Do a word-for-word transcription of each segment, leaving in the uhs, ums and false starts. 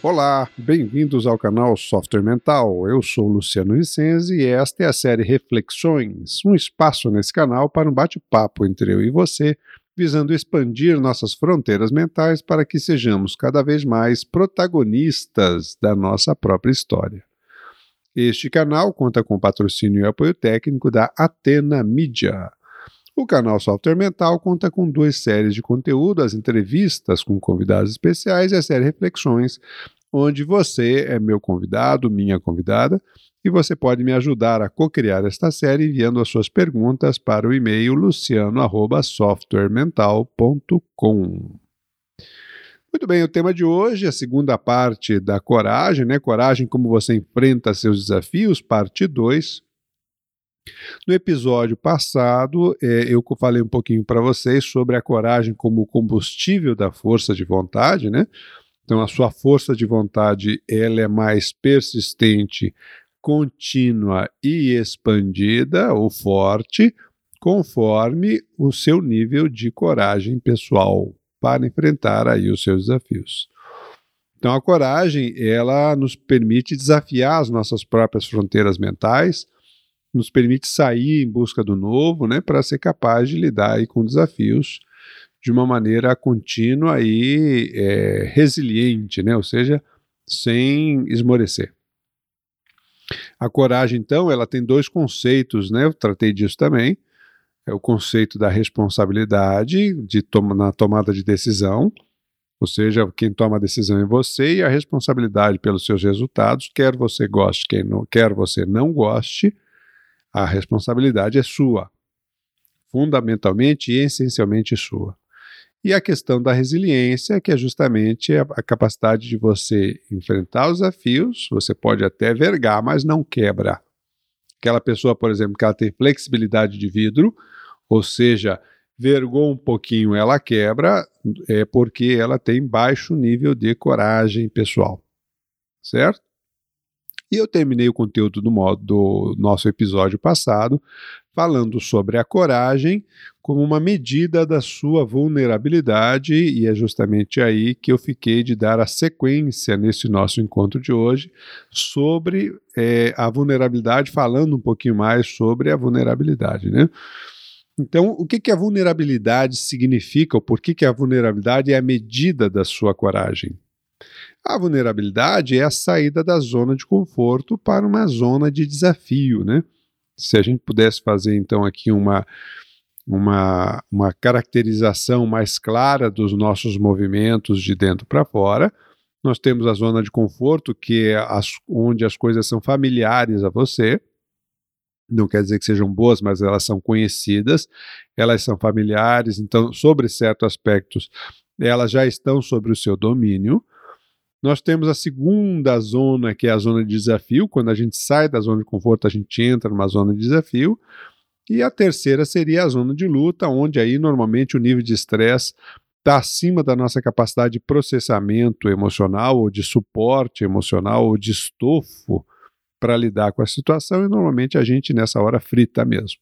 Olá, bem-vindos ao canal Software Mental. Eu sou Luciano Vicenzi e esta é a série Reflexões, um espaço nesse canal para um bate-papo entre eu e você, visando expandir nossas fronteiras mentais para que sejamos cada vez mais protagonistas da nossa própria história. Este canal conta com patrocínio e apoio técnico da Atena Media. O canal Software Mental conta com duas séries de conteúdo, as entrevistas com convidados especiais e a série Reflexões, onde você é meu convidado, minha convidada, e você pode me ajudar a co-criar esta série enviando as suas perguntas para o e-mail luciano arroba softwaremental ponto com. Muito bem, o tema de hoje é a segunda parte da coragem, né? Coragem, como você enfrenta seus desafios, parte dois. No episódio passado, é, eu falei um pouquinho para vocês sobre a coragem como combustível da força de vontade, né? Então, a sua força de vontade ela é mais persistente, contínua e expandida, ou forte, conforme o seu nível de coragem pessoal para enfrentar aí os seus desafios. Então, a coragem, ela nos permite desafiar as nossas próprias fronteiras mentais, nos permite sair em busca do novo, né, para ser capaz de lidar aí com desafios de uma maneira contínua e é, resiliente, né, ou seja, sem esmorecer. A coragem, então, ela tem dois conceitos, né, eu tratei disso também, é o conceito da responsabilidade de tom- na tomada de decisão, ou seja, quem toma a decisão é você, e a responsabilidade pelos seus resultados, quer você goste, quer, não, quer você não goste, a responsabilidade é sua, fundamentalmente e essencialmente sua. E a questão da resiliência, que é justamente a, a capacidade de você enfrentar os desafios, você pode até vergar, mas não quebra. Aquela pessoa, por exemplo, que ela tem flexibilidade de vidro, ou seja, vergou um pouquinho, ela quebra, é porque ela tem baixo nível de coragem pessoal, certo? E eu terminei o conteúdo do, modo, do nosso episódio passado falando sobre a coragem como uma medida da sua vulnerabilidade, e é justamente aí que eu fiquei de dar a sequência nesse nosso encontro de hoje sobre é, a vulnerabilidade, falando um pouquinho mais sobre a vulnerabilidade, né? Então, o que, que a vulnerabilidade significa, ou por que, que a vulnerabilidade é a medida da sua coragem? A vulnerabilidade é a saída da zona de conforto para uma zona de desafio, né? Se a gente pudesse fazer, então, aqui uma, uma, uma caracterização mais clara dos nossos movimentos de dentro para fora, nós temos a zona de conforto, que é as, onde as coisas são familiares a você, não quer dizer que sejam boas, mas elas são conhecidas, elas são familiares, então, sobre certos aspectos, elas já estão sobre o seu domínio. Nós temos a segunda zona, que é a zona de desafio. Quando a gente sai da zona de conforto, a gente entra numa zona de desafio. E a terceira seria a zona de luta, onde aí normalmente o nível de estresse está acima da nossa capacidade de processamento emocional, ou de suporte emocional, ou de estofo para lidar com a situação, e normalmente a gente nessa hora frita mesmo.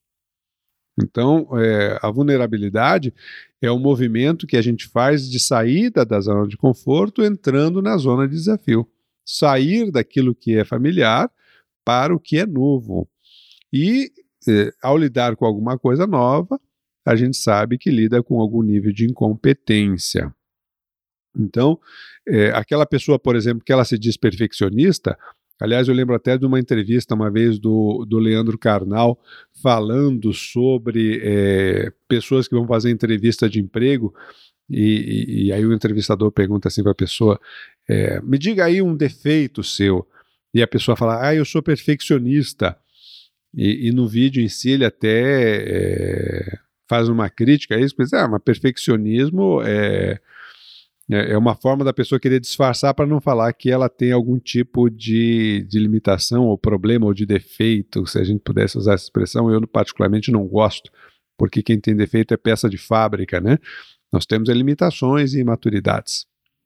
Então, é, a vulnerabilidade é um movimento que a gente faz de saída da zona de conforto, entrando na zona de desafio. Sair daquilo que é familiar para o que é novo. E, é, ao lidar com alguma coisa nova, a gente sabe que lida com algum nível de incompetência. Então, é, aquela pessoa, por exemplo, que ela se diz perfeccionista. Aliás, eu lembro até de uma entrevista uma vez do, do Leandro Carnal falando sobre é, pessoas que vão fazer entrevista de emprego, e, e, e aí o entrevistador pergunta assim para a pessoa, é, me diga aí um defeito seu, e a pessoa fala, ah, eu sou perfeccionista, e, e no vídeo em si ele até é, faz uma crítica a isso, porque ah, mas perfeccionismo é... É uma forma da pessoa querer disfarçar para não falar que ela tem algum tipo de, de limitação, ou problema, ou de defeito, se a gente pudesse usar essa expressão. Eu particularmente não gosto, porque quem tem defeito é peça de fábrica, né? Nós temos limitações e imaturidades.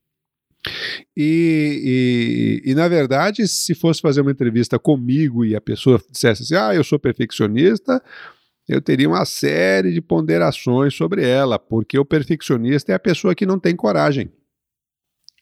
E, e, e, na verdade, se fosse fazer uma entrevista comigo e a pessoa dissesse assim, ah, eu sou perfeccionista, eu teria uma série de ponderações sobre ela, porque o perfeccionista é a pessoa que não tem coragem.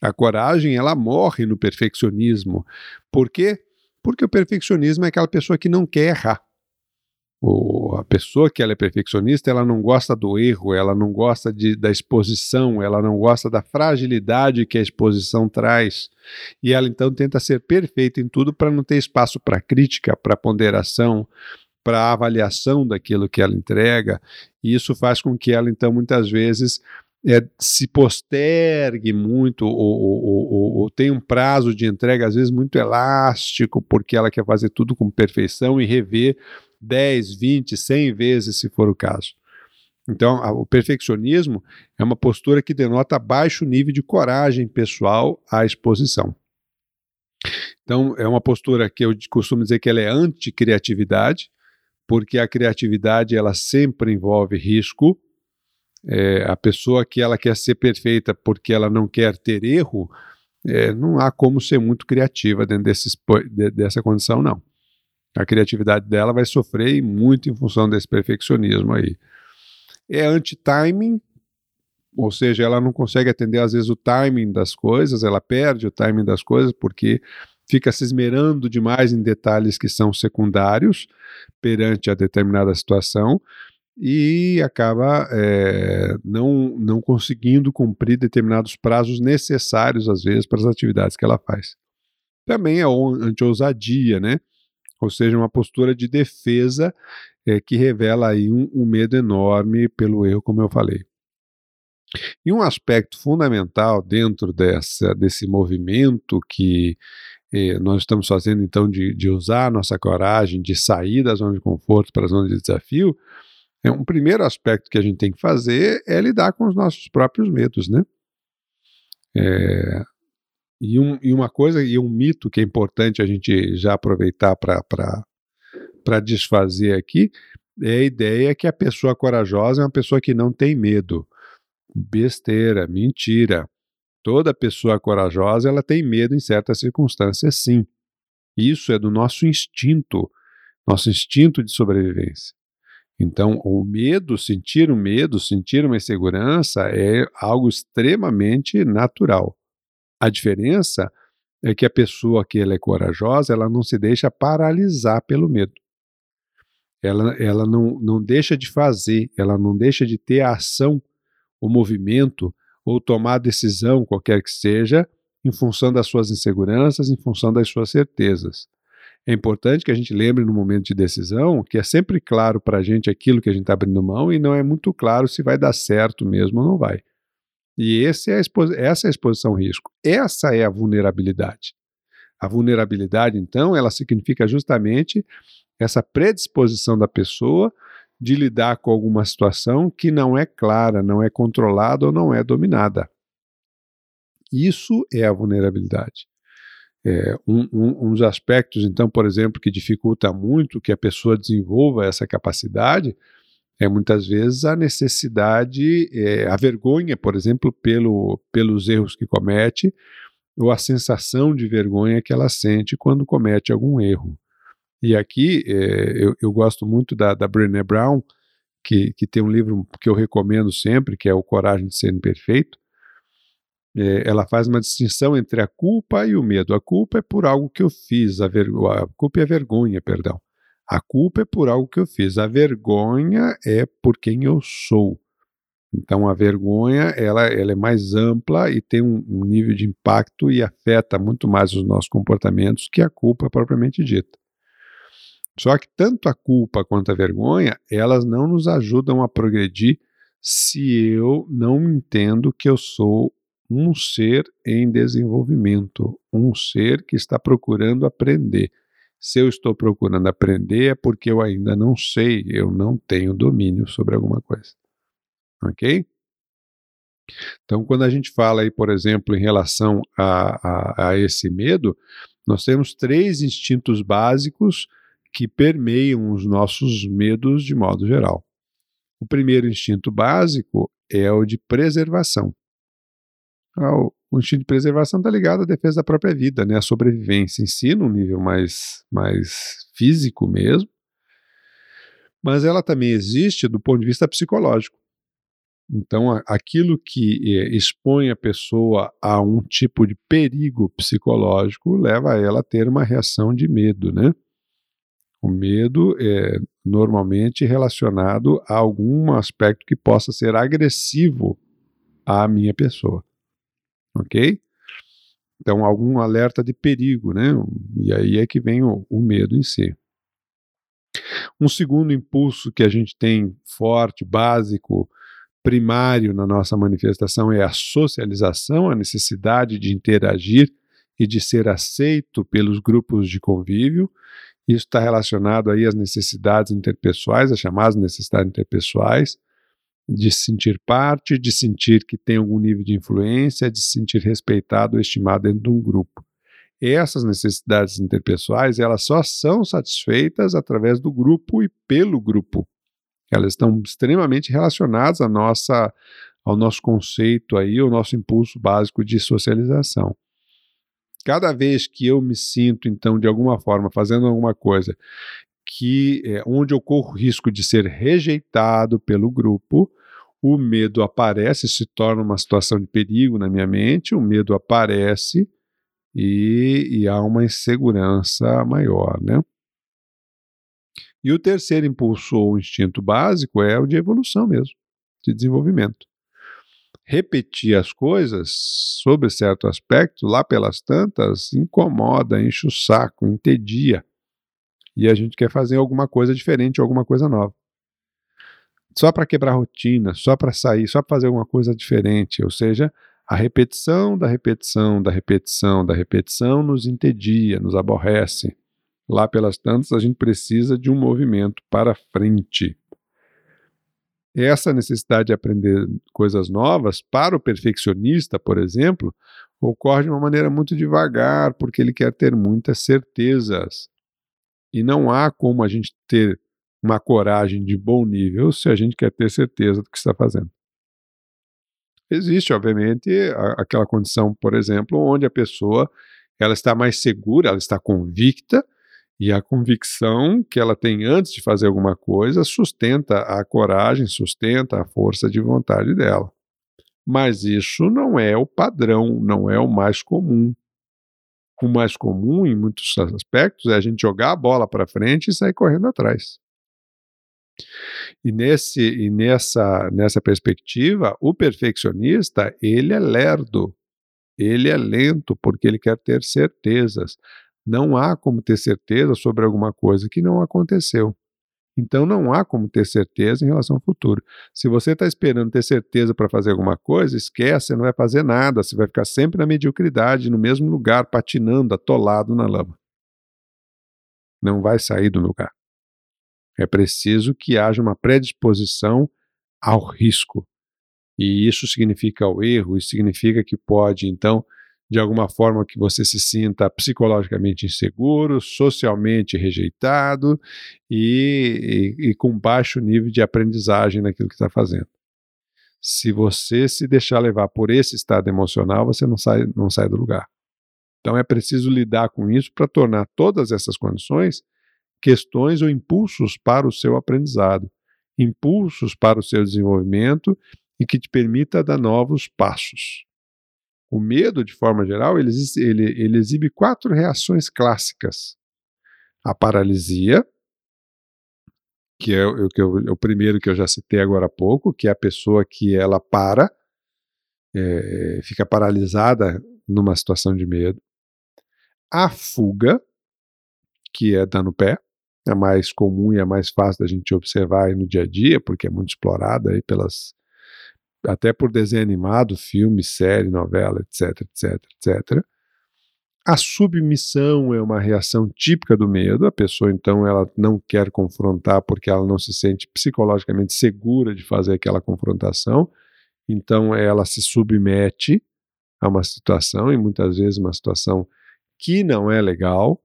A coragem, ela morre no perfeccionismo. Por quê? Porque o perfeccionismo é aquela pessoa que não quer errar. O, a pessoa que ela é perfeccionista, ela não gosta do erro, ela não gosta de, da exposição, ela não gosta da fragilidade que a exposição traz. E ela então tenta ser perfeita em tudo para não ter espaço para crítica, para ponderação, para avaliação daquilo que ela entrega. E isso faz com que ela então muitas vezes é, se postergue muito ou, ou, ou, ou tenha um prazo de entrega às vezes muito elástico, porque ela quer fazer tudo com perfeição e rever dez, vinte, cem vezes, se for o caso. Então, a, o perfeccionismo é uma postura que denota baixo nível de coragem pessoal à exposição. Então, é uma postura que eu costumo dizer que ela é anti-criatividade, porque a criatividade ela sempre envolve risco. É, a pessoa que ela quer ser perfeita porque ela não quer ter erro, é, não há como ser muito criativa dentro desses, de, dessa condição, não. A criatividade dela vai sofrer muito em função desse perfeccionismo aí. É anti-timing, ou seja, ela não consegue atender às vezes o timing das coisas, ela perde o timing das coisas porque fica se esmerando demais em detalhes que são secundários perante a determinada situação e acaba é, não, não conseguindo cumprir determinados prazos necessários às vezes para as atividades que ela faz. Também é anti-ousadia, né? Ou seja, uma postura de defesa é, que revela aí um, um medo enorme pelo erro, como eu falei. E um aspecto fundamental dentro dessa, desse movimento que eh, nós estamos fazendo, então, de, de usar a nossa coragem, de sair da zona de conforto para a zona de desafio, é um primeiro aspecto que a gente tem que fazer é lidar com os nossos próprios medos, né? É, E, um, e uma coisa, e um mito que é importante a gente já aproveitar para desfazer aqui, é a ideia que a pessoa corajosa é uma pessoa que não tem medo. Besteira, mentira. Toda pessoa corajosa ela tem medo em certas circunstâncias, sim. Isso é do nosso instinto, nosso instinto de sobrevivência. Então, o medo, sentir o medo, sentir uma insegurança é algo extremamente natural. A diferença é que a pessoa que ela é corajosa, ela não se deixa paralisar pelo medo. Ela, ela não, não deixa de fazer, ela não deixa de ter a ação, o movimento, ou tomar a decisão, qualquer que seja, em função das suas inseguranças, em função das suas certezas. É importante que a gente lembre no momento de decisão que é sempre claro para a gente aquilo que a gente está abrindo mão e não é muito claro se vai dar certo mesmo ou não vai. E esse é a essa é a exposição ao risco. Essa é a vulnerabilidade. A vulnerabilidade, então, ela significa justamente essa predisposição da pessoa de lidar com alguma situação que não é clara, não é controlada ou não é dominada. Isso é a vulnerabilidade. É, um, um, um dos aspectos, então, por exemplo, que dificulta muito que a pessoa desenvolva essa capacidade é muitas vezes a necessidade, é, a vergonha, por exemplo, pelo, pelos erros que comete, ou a sensação de vergonha que ela sente quando comete algum erro. E aqui é, eu, eu gosto muito da, da Brené Brown, que, que tem um livro que eu recomendo sempre, que é O Coragem de Ser Imperfeito. É, ela faz uma distinção entre a culpa e o medo. A culpa é por algo que eu fiz, a, ver, a culpa é a vergonha, perdão. A culpa é por algo que eu fiz, a vergonha é por quem eu sou. Então a vergonha ela, ela é mais ampla e tem um, um nível de impacto e afeta muito mais os nossos comportamentos que a culpa propriamente dita. Só que tanto a culpa quanto a vergonha, elas não nos ajudam a progredir se eu não entendo que eu sou um ser em desenvolvimento, um ser que está procurando aprender. Se eu estou procurando aprender é porque eu ainda não sei, eu não tenho domínio sobre alguma coisa. Ok? Então, quando a gente fala aí, por exemplo, em relação a, a, a esse medo, nós temos três instintos básicos que permeiam os nossos medos de modo geral. O primeiro instinto básico é o de preservação. O instinto de preservação está ligado à defesa da própria vida, né? A sobrevivência em si, num nível mais, mais físico mesmo, mas ela também existe do ponto de vista psicológico. Então, a, aquilo que é, expõe a pessoa a um tipo de perigo psicológico leva ela a ter uma reação de medo, né? O medo é normalmente relacionado a algum aspecto que possa ser agressivo à minha pessoa, ok? Então, algum alerta de perigo, né? E aí é que vem o, o medo em si. Um segundo impulso que a gente tem forte, básico, primário na nossa manifestação é a socialização, a necessidade de interagir e de ser aceito pelos grupos de convívio. Isso está relacionado aí às necessidades interpessoais, as chamadas necessidades interpessoais, de se sentir parte, de sentir que tem algum nível de influência, de se sentir respeitado ou estimado dentro de um grupo. Essas necessidades interpessoais, elas só são satisfeitas através do grupo e pelo grupo. Elas estão extremamente relacionadas à nossa, ao nosso conceito aí, ao nosso impulso básico de socialização. Cada vez que eu me sinto, então, de alguma forma, fazendo alguma coisa que é, onde eu corro risco de ser rejeitado pelo grupo, o medo aparece, se torna uma situação de perigo na minha mente, o medo aparece e, e há uma insegurança maior, né? E o terceiro impulso ou instinto básico é o de evolução mesmo, de desenvolvimento. Repetir as coisas sobre certo aspecto, lá pelas tantas, incomoda, enche o saco, entedia. E a gente quer fazer alguma coisa diferente, alguma coisa nova. Só para quebrar a rotina, só para sair, só para fazer alguma coisa diferente. Ou seja, a repetição da repetição, da repetição, da repetição nos entedia, nos aborrece. Lá pelas tantas, a gente precisa de um movimento para frente. Essa necessidade de aprender coisas novas, para o perfeccionista, por exemplo, ocorre de uma maneira muito devagar, porque ele quer ter muitas certezas. E não há como a gente ter uma coragem de bom nível se a gente quer ter certeza do que está fazendo. Existe, obviamente, a, aquela condição, por exemplo, onde a pessoa ela está mais segura, ela está convicta, e a convicção que ela tem antes de fazer alguma coisa sustenta a coragem, sustenta a força de vontade dela. Mas isso não é o padrão, não é o mais comum. O mais comum, em muitos aspectos, é a gente jogar a bola para frente e sair correndo atrás. E, nesse, e nessa, nessa perspectiva, o perfeccionista, ele é lerdo, ele é lento, porque ele quer ter certezas. Não há como ter certeza sobre alguma coisa que não aconteceu. Então não há como ter certeza em relação ao futuro. Se você está esperando ter certeza para fazer alguma coisa, esquece, você não vai fazer nada, você vai ficar sempre na mediocridade, no mesmo lugar, patinando, atolado na lama. Não vai sair do lugar. É preciso que haja uma predisposição ao risco. E isso significa o erro, isso significa que pode, então, de alguma forma que você se sinta psicologicamente inseguro, socialmente rejeitado e, e, e com baixo nível de aprendizagem naquilo que está fazendo. Se você se deixar levar por esse estado emocional, você não sai, não sai do lugar. Então é preciso lidar com isso para tornar todas essas condições questões ou impulsos para o seu aprendizado, impulsos para o seu desenvolvimento e que te permita dar novos passos. O medo, de forma geral, ele, ele, ele exibe quatro reações clássicas. A paralisia, que é o, que eu, é o primeiro que eu já citei agora há pouco, que é a pessoa que ela para, é, fica paralisada numa situação de medo. A fuga, que é dar no pé, é mais comum e é mais fácil da gente observar aí no dia a dia, porque é muito explorada aí pelas... até por desenho animado, filme, série, novela, etc, etc, etcétera. A submissão é uma reação típica do medo. A pessoa, então, ela não quer confrontar porque ela não se sente psicologicamente segura de fazer aquela confrontação. Então, ela se submete a uma situação, e muitas vezes uma situação que não é legal.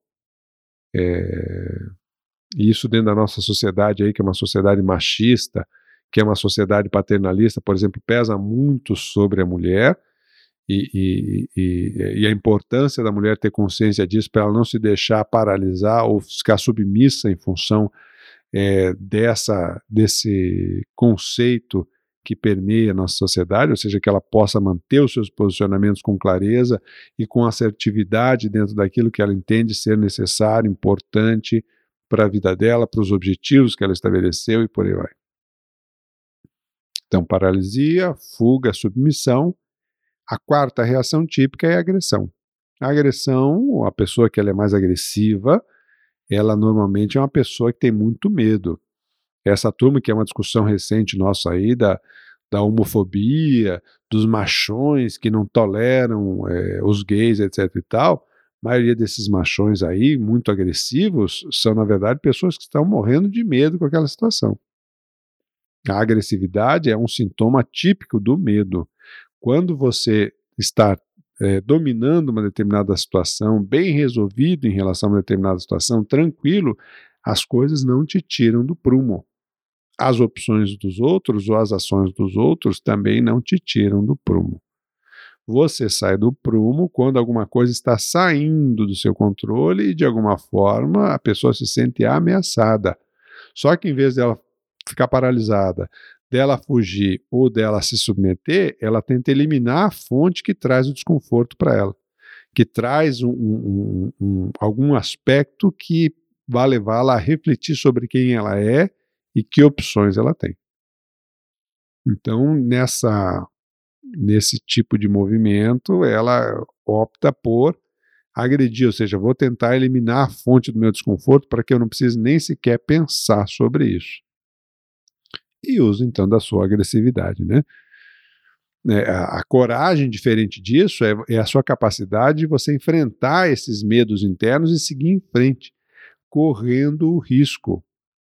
É... E isso dentro da nossa sociedade aí, que é uma sociedade machista, que é uma sociedade paternalista, por exemplo, pesa muito sobre a mulher, e, e, e, e a importância da mulher ter consciência disso para ela não se deixar paralisar ou ficar submissa em função é, dessa, desse conceito que permeia a nossa sociedade, ou seja, que ela possa manter os seus posicionamentos com clareza e com assertividade dentro daquilo que ela entende ser necessário, importante para a vida dela, para os objetivos que ela estabeleceu e por aí vai. Então, paralisia, fuga, submissão. A quarta reação típica é a agressão. A agressão, a pessoa que ela é mais agressiva, ela normalmente é uma pessoa que tem muito medo. Essa turma, que é uma discussão recente nossa aí, da, da homofobia, dos machões que não toleram é, os gays, etc e tal, a maioria desses machões aí, muito agressivos, são, na verdade, pessoas que estão morrendo de medo com aquela situação. A agressividade é um sintoma típico do medo. Quando você está é, dominando uma determinada situação, bem resolvido em relação a uma determinada situação, tranquilo, as coisas não te tiram do prumo. As opções dos outros ou as ações dos outros também não te tiram do prumo. Você sai do prumo quando alguma coisa está saindo do seu controle e, de alguma forma, a pessoa se sente ameaçada. Só que, em vez dela ficar paralisada, dela fugir ou dela se submeter, ela tenta eliminar a fonte que traz o desconforto para ela, que traz um, um, um, algum aspecto que vai levá-la a refletir sobre quem ela é e que opções ela tem. Então, nessa, nesse tipo de movimento, ela opta por agredir, ou seja, vou tentar eliminar a fonte do meu desconforto para que eu não precise nem sequer pensar sobre isso. E usa, então, da sua agressividade, né? É, a, a coragem, diferente disso, é, é a sua capacidade de você enfrentar esses medos internos e seguir em frente, correndo o risco.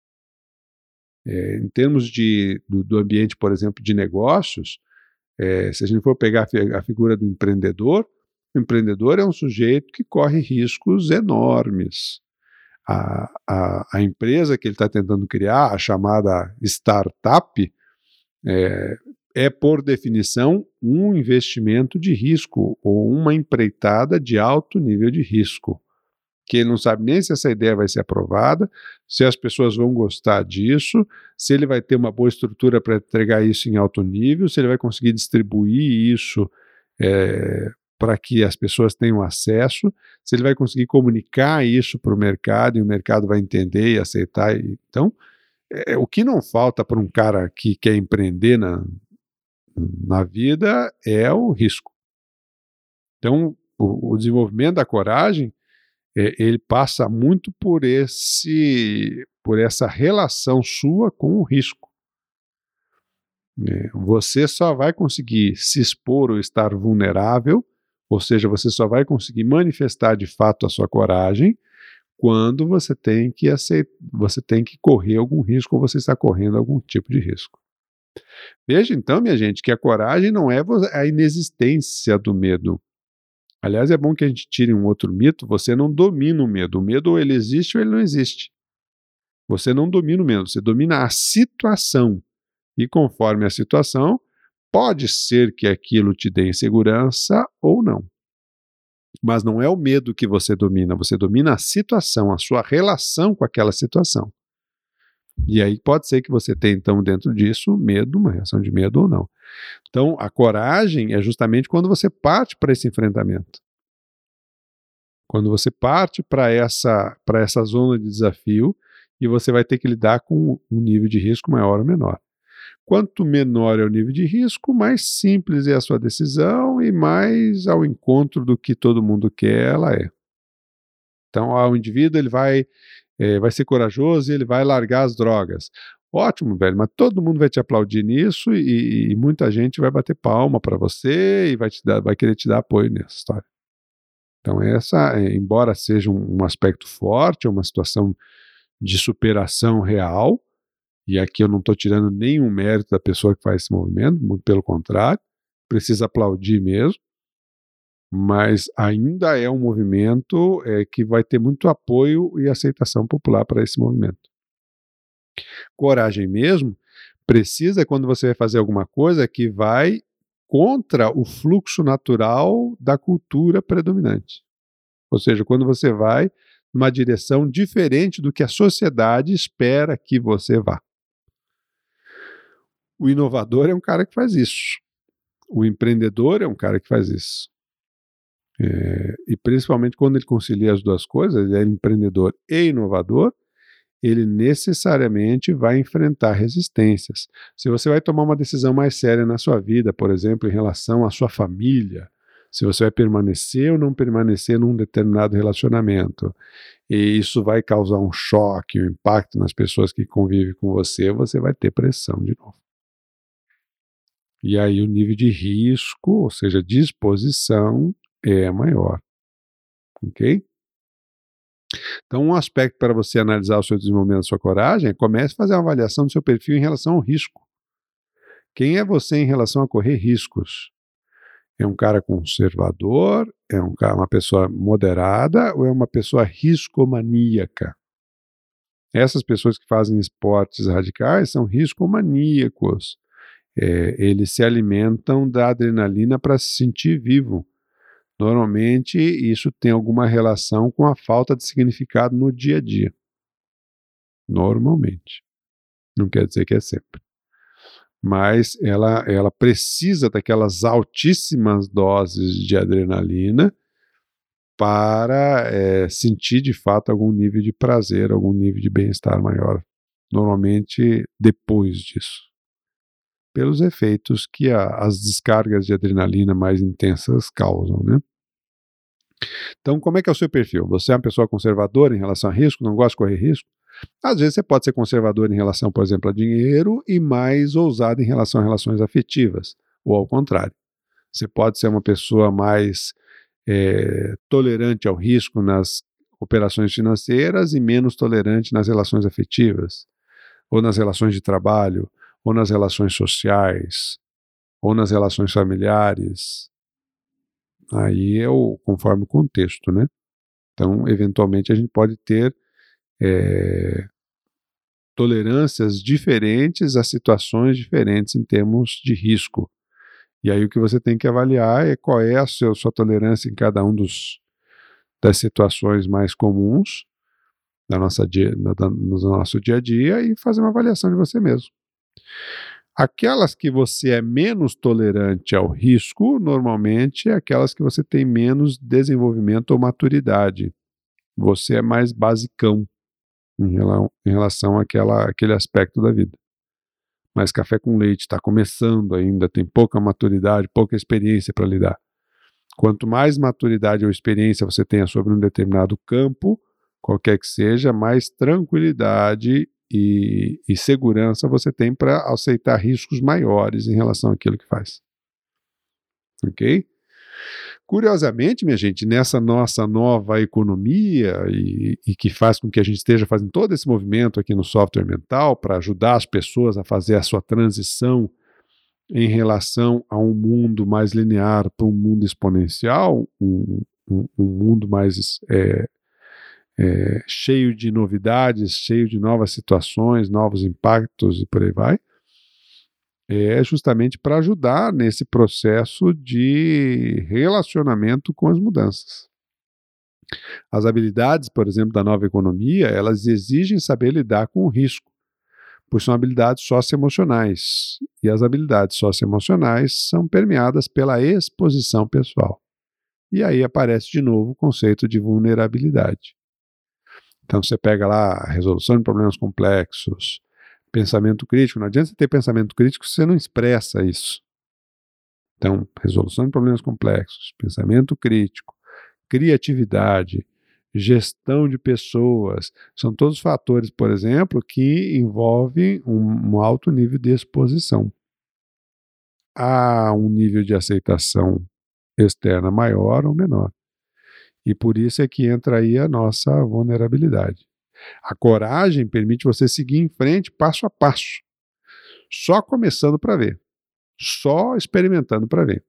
É, em termos de, do, do ambiente, por exemplo, de negócios, é, se a gente for pegar a, fi, a figura do empreendedor, o empreendedor é um sujeito que corre riscos enormes. A, a, a empresa que ele está tentando criar, a chamada startup, é, é, por definição, um investimento de risco ou uma empreitada de alto nível de risco, que ele não sabe nem se essa ideia vai ser aprovada, se as pessoas vão gostar disso, se ele vai ter uma boa estrutura para entregar isso em alto nível, se ele vai conseguir distribuir isso é, para que as pessoas tenham acesso, se ele vai conseguir comunicar isso para o mercado e o mercado vai entender e aceitar. Então, é, o que não falta para um cara que quer empreender na, na vida é o risco. Então, o, o desenvolvimento da coragem, é, ele passa muito por, esse, por essa relação sua com o risco. É, você só vai conseguir se expor ou estar vulnerável, ou seja, você só vai conseguir manifestar de fato a sua coragem quando você tem que aceitar, você tem que correr algum risco ou você está correndo algum tipo de risco. Veja então, minha gente, que a coragem não é a inexistência do medo. Aliás, é bom que a gente tire um outro mito: você não domina o medo. O medo ou ele existe ou ele não existe. Você não domina o medo, você domina a situação. E conforme a situação, pode ser que aquilo te dê insegurança ou não. Mas não é o medo que você domina, você domina a situação, a sua relação com aquela situação. E aí pode ser que você tenha, então, dentro disso, medo, uma reação de medo ou não. Então, a coragem é justamente quando você parte para esse enfrentamento. Quando você parte para essa, para essa zona de desafio e você vai ter que lidar com um nível de risco maior ou menor. Quanto menor é o nível de risco, mais simples é a sua decisão e mais ao encontro do que todo mundo quer ela é. Então, o indivíduo ele vai, é, vai ser corajoso e ele vai largar as drogas. Ótimo, velho, mas todo mundo vai te aplaudir nisso e, e muita gente vai bater palma para você e vai, te dar, vai querer te dar apoio nessa história. Então, essa, é, embora seja um, um aspecto forte, é uma situação de superação real, e aqui eu não estou tirando nenhum mérito da pessoa que faz esse movimento, muito pelo contrário, precisa aplaudir mesmo, mas ainda é um movimento é, que vai ter muito apoio e aceitação popular para esse movimento. Coragem mesmo precisa quando você vai fazer alguma coisa que vai contra o fluxo natural da cultura predominante. Ou seja, quando você vai numa direção diferente do que a sociedade espera que você vá. O inovador é um cara que faz isso. O empreendedor é um cara que faz isso. É, e principalmente quando ele concilia as duas coisas, ele é empreendedor e inovador, ele necessariamente vai enfrentar resistências. Se você vai tomar uma decisão mais séria na sua vida, por exemplo, em relação à sua família, se você vai permanecer ou não permanecer num determinado relacionamento, e isso vai causar um choque, um impacto nas pessoas que convivem com você, você vai ter pressão de novo. E aí o nível de risco, ou seja, de exposição, é maior. Ok? Então, um aspecto para você analisar o seu desenvolvimento da sua coragem é comece a fazer uma avaliação do seu perfil em relação ao risco. Quem é você em relação a correr riscos? É um cara conservador? É um cara, uma pessoa moderada? Ou é uma pessoa riscomaníaca? Essas pessoas que fazem esportes radicais são riscomaníacos. É, eles se alimentam da adrenalina para se sentir vivo. Normalmente, isso tem alguma relação com a falta de significado no dia a dia. Normalmente. Não quer dizer que é sempre. Mas ela, ela precisa daquelas altíssimas doses de adrenalina para é, sentir de fato algum nível de prazer, algum nível de bem-estar maior. Normalmente depois disso. Pelos efeitos que a, as descargas de adrenalina mais intensas causam, né? Então, como é que é o seu perfil? Você é uma pessoa conservadora em relação a risco, não gosta de correr risco? Às vezes você pode ser conservador em relação, por exemplo, a dinheiro e mais ousado em relação a relações afetivas, ou ao contrário. Você pode ser uma pessoa mais é, tolerante ao risco nas operações financeiras e menos tolerante nas relações afetivas, ou nas relações de trabalho, ou nas relações sociais, ou nas relações familiares. Aí é o, conforme o contexto, né? Então, eventualmente, a gente pode ter é, tolerâncias diferentes a situações diferentes em termos de risco. E aí o que você tem que avaliar é qual é a sua, sua tolerância em cada um dos, das situações mais comuns da nossa dia, da, no nosso dia a dia e fazer uma avaliação de você mesmo. Aquelas que você é menos tolerante ao risco, normalmente, é aquelas que você tem menos desenvolvimento ou maturidade. Você é mais basicão em, rela, em relação àquela, àquele aspecto da vida. Mas café com leite está começando ainda, tem pouca maturidade, pouca experiência para lidar. Quanto mais maturidade ou experiência você tenha sobre um determinado campo, qualquer que seja, mais tranquilidade E, e segurança você tem para aceitar riscos maiores em relação àquilo que faz. Ok? Curiosamente, minha gente, nessa nossa nova economia e, e que faz com que a gente esteja fazendo todo esse movimento aqui no Software Mental para ajudar as pessoas a fazer a sua transição em relação a um mundo mais linear para um mundo exponencial, um, um, um mundo mais é, É, cheio de novidades, cheio de novas situações, novos impactos e por aí vai, é justamente para ajudar nesse processo de relacionamento com as mudanças. As habilidades, por exemplo, da nova economia, elas exigem saber lidar com o risco, pois são habilidades socioemocionais, e as habilidades socioemocionais são permeadas pela exposição pessoal. E aí aparece de novo o conceito de vulnerabilidade. Então você pega lá a resolução de problemas complexos, pensamento crítico. Não adianta você ter pensamento crítico se você não expressa isso. Então, resolução de problemas complexos, pensamento crítico, criatividade, gestão de pessoas, são todos fatores, por exemplo, que envolvem um, um alto nível de exposição. Há um nível de aceitação externa maior ou menor. E por isso é que entra aí a nossa vulnerabilidade. A coragem permite você seguir em frente passo a passo. Só começando para ver. Só experimentando para ver.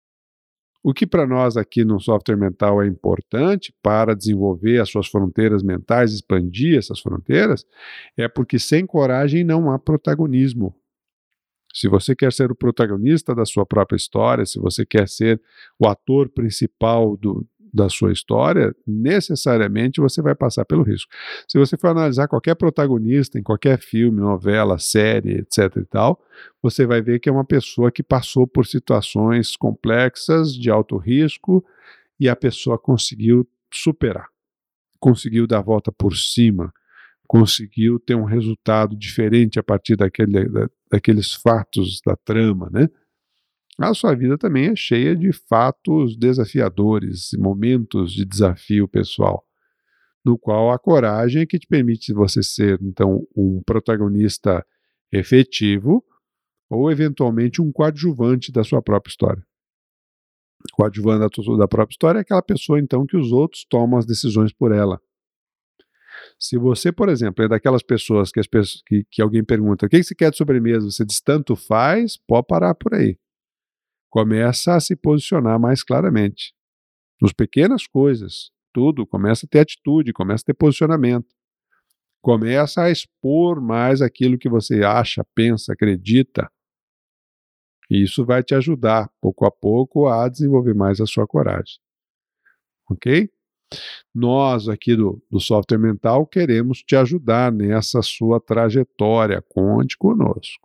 O que para nós aqui no Software Mental é importante para desenvolver as suas fronteiras mentais, expandir essas fronteiras, é porque sem coragem não há protagonismo. Se você quer ser o protagonista da sua própria história, se você quer ser o ator principal do, da sua história, necessariamente você vai passar pelo risco. Se você for analisar qualquer protagonista em qualquer filme, novela, série, etc e tal, você vai ver que é uma pessoa que passou por situações complexas, de alto risco, e a pessoa conseguiu superar, conseguiu dar a volta por cima, conseguiu ter um resultado diferente a partir daquele, da, daqueles fatos da trama, né? A sua vida também é cheia de fatos desafiadores, momentos de desafio pessoal, no qual a coragem é que te permite você ser, então, um protagonista efetivo ou, eventualmente, um coadjuvante da sua própria história. Coadjuvante da, da própria história é aquela pessoa, então, que os outros tomam as decisões por ela. Se você, por exemplo, é daquelas pessoas que, as pessoas, que, que alguém pergunta o que você quer de sobremesa, você diz tanto faz, pode parar por aí. Começa a se posicionar mais claramente. Nas pequenas coisas, tudo, começa a ter atitude, começa a ter posicionamento. Começa a expor mais aquilo que você acha, pensa, acredita. E isso vai te ajudar, pouco a pouco, a desenvolver mais a sua coragem. Ok? Nós aqui do, do Software Mental queremos te ajudar nessa sua trajetória. Conte conosco.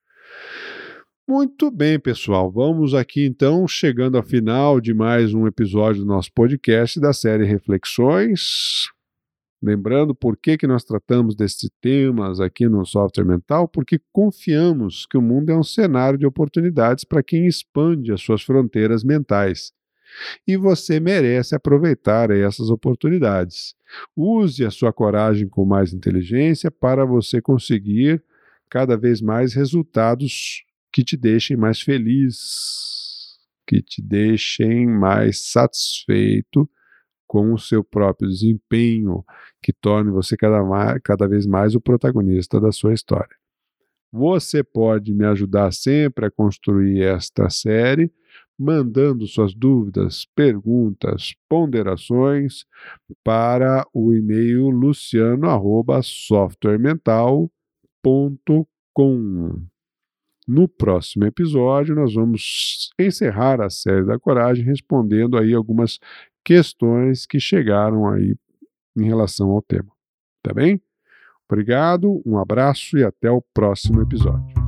Muito bem, pessoal. Vamos aqui, então, chegando ao final de mais um episódio do nosso podcast da série Reflexões. Lembrando por que, que nós tratamos desses temas aqui no Software Mental, porque confiamos que o mundo é um cenário de oportunidades para quem expande as suas fronteiras mentais. E você merece aproveitar essas oportunidades. Use a sua coragem com mais inteligência para você conseguir cada vez mais resultados que te deixem mais feliz, que te deixem mais satisfeito com o seu próprio desempenho, que torne você cada, mais, cada vez mais o protagonista da sua história. Você pode me ajudar sempre a construir esta série, mandando suas dúvidas, perguntas, ponderações para o e-mail luciano arroba softwaremental ponto com. No próximo episódio, nós vamos encerrar a série da coragem respondendo aí algumas questões que chegaram aí em relação ao tema. Tá bem? Obrigado, um abraço e até o próximo episódio.